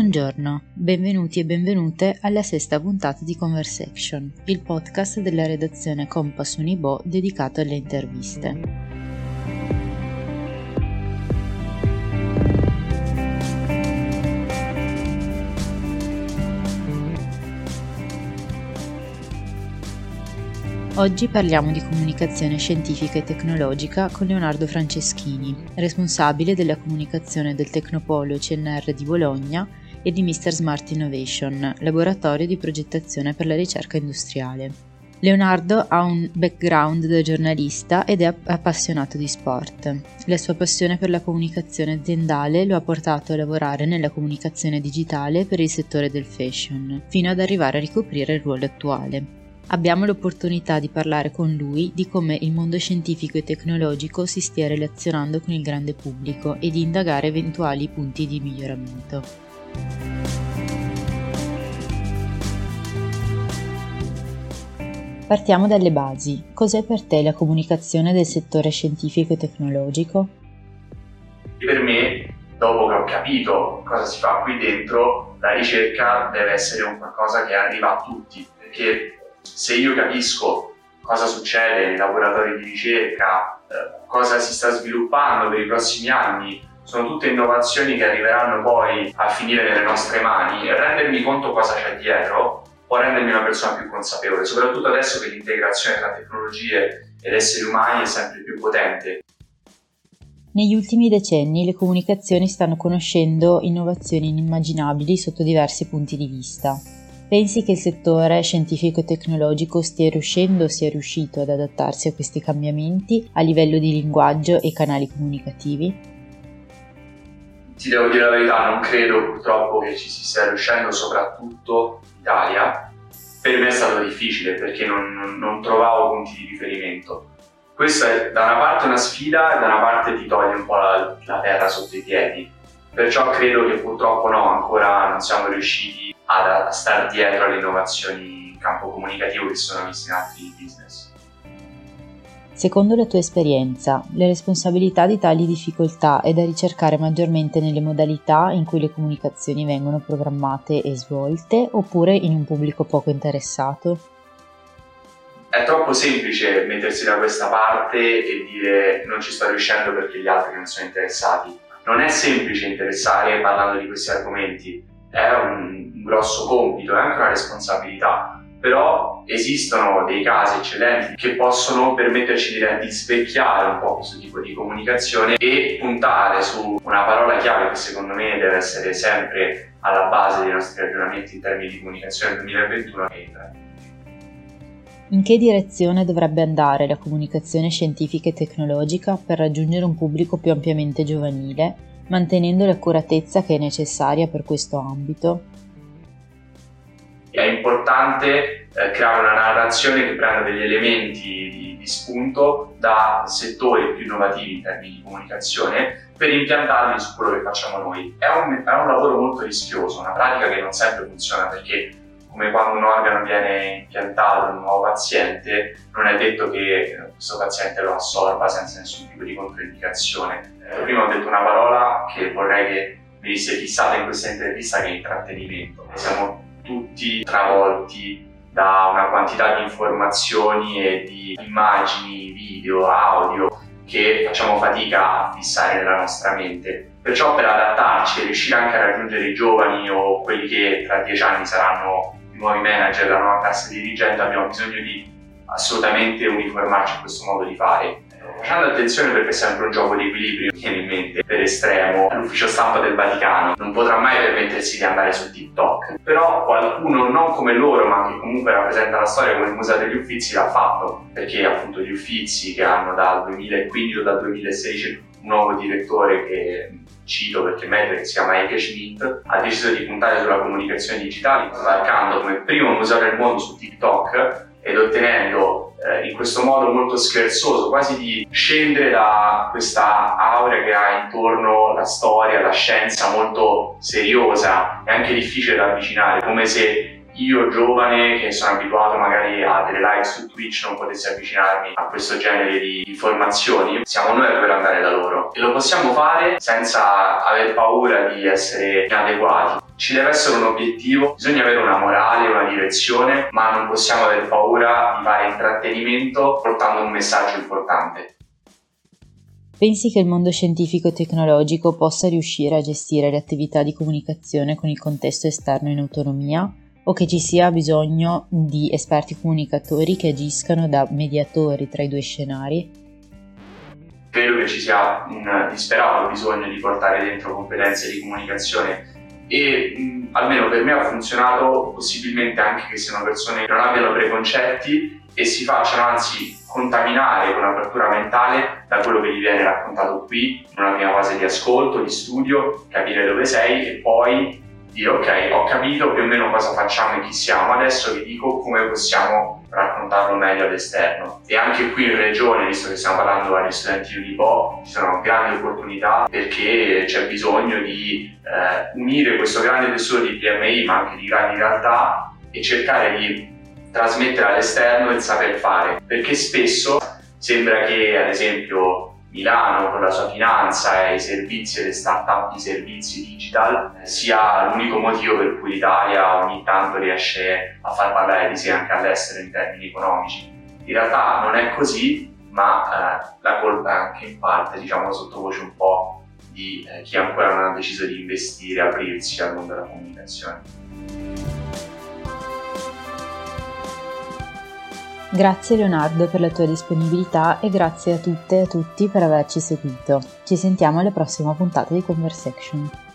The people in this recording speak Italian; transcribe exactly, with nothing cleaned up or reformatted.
Buongiorno, benvenuti e benvenute alla sesta puntata di Conversation, il podcast della redazione Compass Unibo dedicato alle interviste. Oggi parliamo di comunicazione scientifica e tecnologica con Leonardo Franceschini, responsabile della comunicazione del Tecnopolo C N R di Bologna e di mister Smart Innovation, laboratorio di progettazione per la ricerca industriale. Leonardo ha un background da giornalista ed è appassionato di sport. La sua passione per la comunicazione aziendale lo ha portato a lavorare nella comunicazione digitale per il settore del fashion, fino ad arrivare a ricoprire il ruolo attuale. Abbiamo l'opportunità di parlare con lui di come il mondo scientifico e tecnologico si stia relazionando con il grande pubblico e di indagare eventuali punti di miglioramento. Partiamo dalle basi. Cos'è per te la comunicazione del settore scientifico e tecnologico? Per me, dopo che ho capito cosa si fa qui dentro, la ricerca deve essere un qualcosa che arriva a tutti, perché se io capisco cosa succede nei laboratori di ricerca, eh, cosa si sta sviluppando per i prossimi anni, sono tutte innovazioni che arriveranno poi a finire nelle nostre mani, e rendermi conto cosa c'è dietro può rendermi una persona più consapevole, soprattutto adesso che l'integrazione tra tecnologie ed esseri umani è sempre più potente. Negli ultimi decenni le comunicazioni stanno conoscendo innovazioni inimmaginabili sotto diversi punti di vista. Pensi che il settore scientifico e tecnologico stia riuscendo o sia riuscito ad adattarsi a questi cambiamenti a livello di linguaggio e canali comunicativi? Ti devo dire la verità, non credo purtroppo che ci si stia riuscendo, soprattutto in Italia. Per me è stato difficile perché non, non, non trovavo punti di riferimento. Questa è da una parte una sfida e da una parte ti toglie un po' la, la terra sotto i piedi. Perciò credo che purtroppo no, ancora non siamo riusciti a, a stare dietro alle innovazioni in campo comunicativo che sono viste in altri business. Secondo la tua esperienza, le responsabilità di tali difficoltà è da ricercare maggiormente nelle modalità in cui le comunicazioni vengono programmate e svolte, oppure in un pubblico poco interessato? È troppo semplice mettersi da questa parte e dire non ci sto riuscendo perché gli altri non sono interessati. Non è semplice interessare parlando di questi argomenti, è un, un grosso compito, è anche una responsabilità, però esistono dei casi eccellenti che possono permetterci di, di svecchiare un po' questo tipo di comunicazione e puntare su una parola chiave che secondo me deve essere sempre alla base dei nostri ragionamenti in termini di comunicazione nel duemilaventuno, che è il brand. In che direzione dovrebbe andare la comunicazione scientifica e tecnologica per raggiungere un pubblico più ampiamente giovanile, mantenendo l'accuratezza che è necessaria per questo ambito? È importante eh, creare una narrazione che prenda degli elementi di, di spunto da settori più innovativi in termini di comunicazione per impiantarli su quello che facciamo noi. È un, è un lavoro molto rischioso, una pratica che non sempre funziona perché, come quando un organo viene impiantato in un nuovo paziente, non è detto che questo paziente lo assorba senza nessun tipo di controindicazione. Eh, prima ho detto una parola che vorrei che venisse fissata in questa intervista, che è intrattenimento. Siamo tutti travolti da una quantità di informazioni e di immagini, video, audio che facciamo fatica a fissare nella nostra mente. Perciò per adattarci e riuscire anche a raggiungere i giovani o quelli che tra dieci anni saranno nuovi manager, la nuova classe dirigente, abbiamo bisogno di assolutamente uniformarci a questo modo di fare. Facendo attenzione, perché è sempre un gioco di equilibrio, mi viene in mente per estremo l'ufficio stampa del Vaticano non potrà mai permettersi di andare su TikTok, però qualcuno non come loro ma che comunque rappresenta la storia come il Museo degli Uffizi l'ha fatto, perché appunto gli Uffizi, che hanno dal duemilaquindici o dal duemilasedici un nuovo direttore che cito perché è meglio, che si chiama Heike Schmidt, ha deciso di puntare sulla comunicazione digitale, sbarcando come primo museo del mondo su TikTok ed ottenendo eh, in questo modo molto scherzoso quasi di scendere da questa aurea che ha intorno la storia, la scienza molto seriosa e anche difficile da avvicinare, come se io giovane che sono abituato magari a delle live su Twitch non potessi avvicinarmi a questo genere di informazioni. Siamo noi a dover andare da loro e lo possiamo fare senza aver paura di essere inadeguati. Ci deve essere un obiettivo, bisogna avere una morale, una direzione, ma non possiamo aver paura di fare intrattenimento portando un messaggio importante. Pensi che il mondo scientifico e tecnologico possa riuscire a gestire le attività di comunicazione con il contesto esterno in autonomia, o che ci sia bisogno di esperti comunicatori che agiscano da mediatori tra i due scenari? Credo che ci sia un disperato bisogno di portare dentro competenze di comunicazione e mh, almeno per me ha funzionato, possibilmente anche che siano persone che non abbiano preconcetti e si facciano anzi contaminare con apertura mentale da quello che gli viene raccontato qui in una prima fase di ascolto, di studio, capire dove sei e poi dire ok, ho capito più o meno cosa facciamo e chi siamo, adesso vi dico come possiamo raccontarlo meglio all'esterno. E anche qui in regione, visto che stiamo parlando agli studenti di Po, ci sono grandi opportunità perché c'è bisogno di eh, unire questo grande tessuto di P M I ma anche di grandi realtà e cercare di trasmettere all'esterno il saper fare, perché spesso sembra che ad esempio Milano con la sua finanza e i servizi e le start-up di servizi digital sia l'unico motivo per cui l'Italia ogni tanto riesce a far parlare di sé anche all'estero in termini economici. In realtà non è così, ma eh, la colpa è anche in parte, diciamo sottovoce un po' di eh, chi ancora non ha deciso di investire, aprirsi al mondo della comunicazione. Grazie Leonardo per la tua disponibilità e grazie a tutte e a tutti per averci seguito. Ci sentiamo alla prossima puntata di Conversation.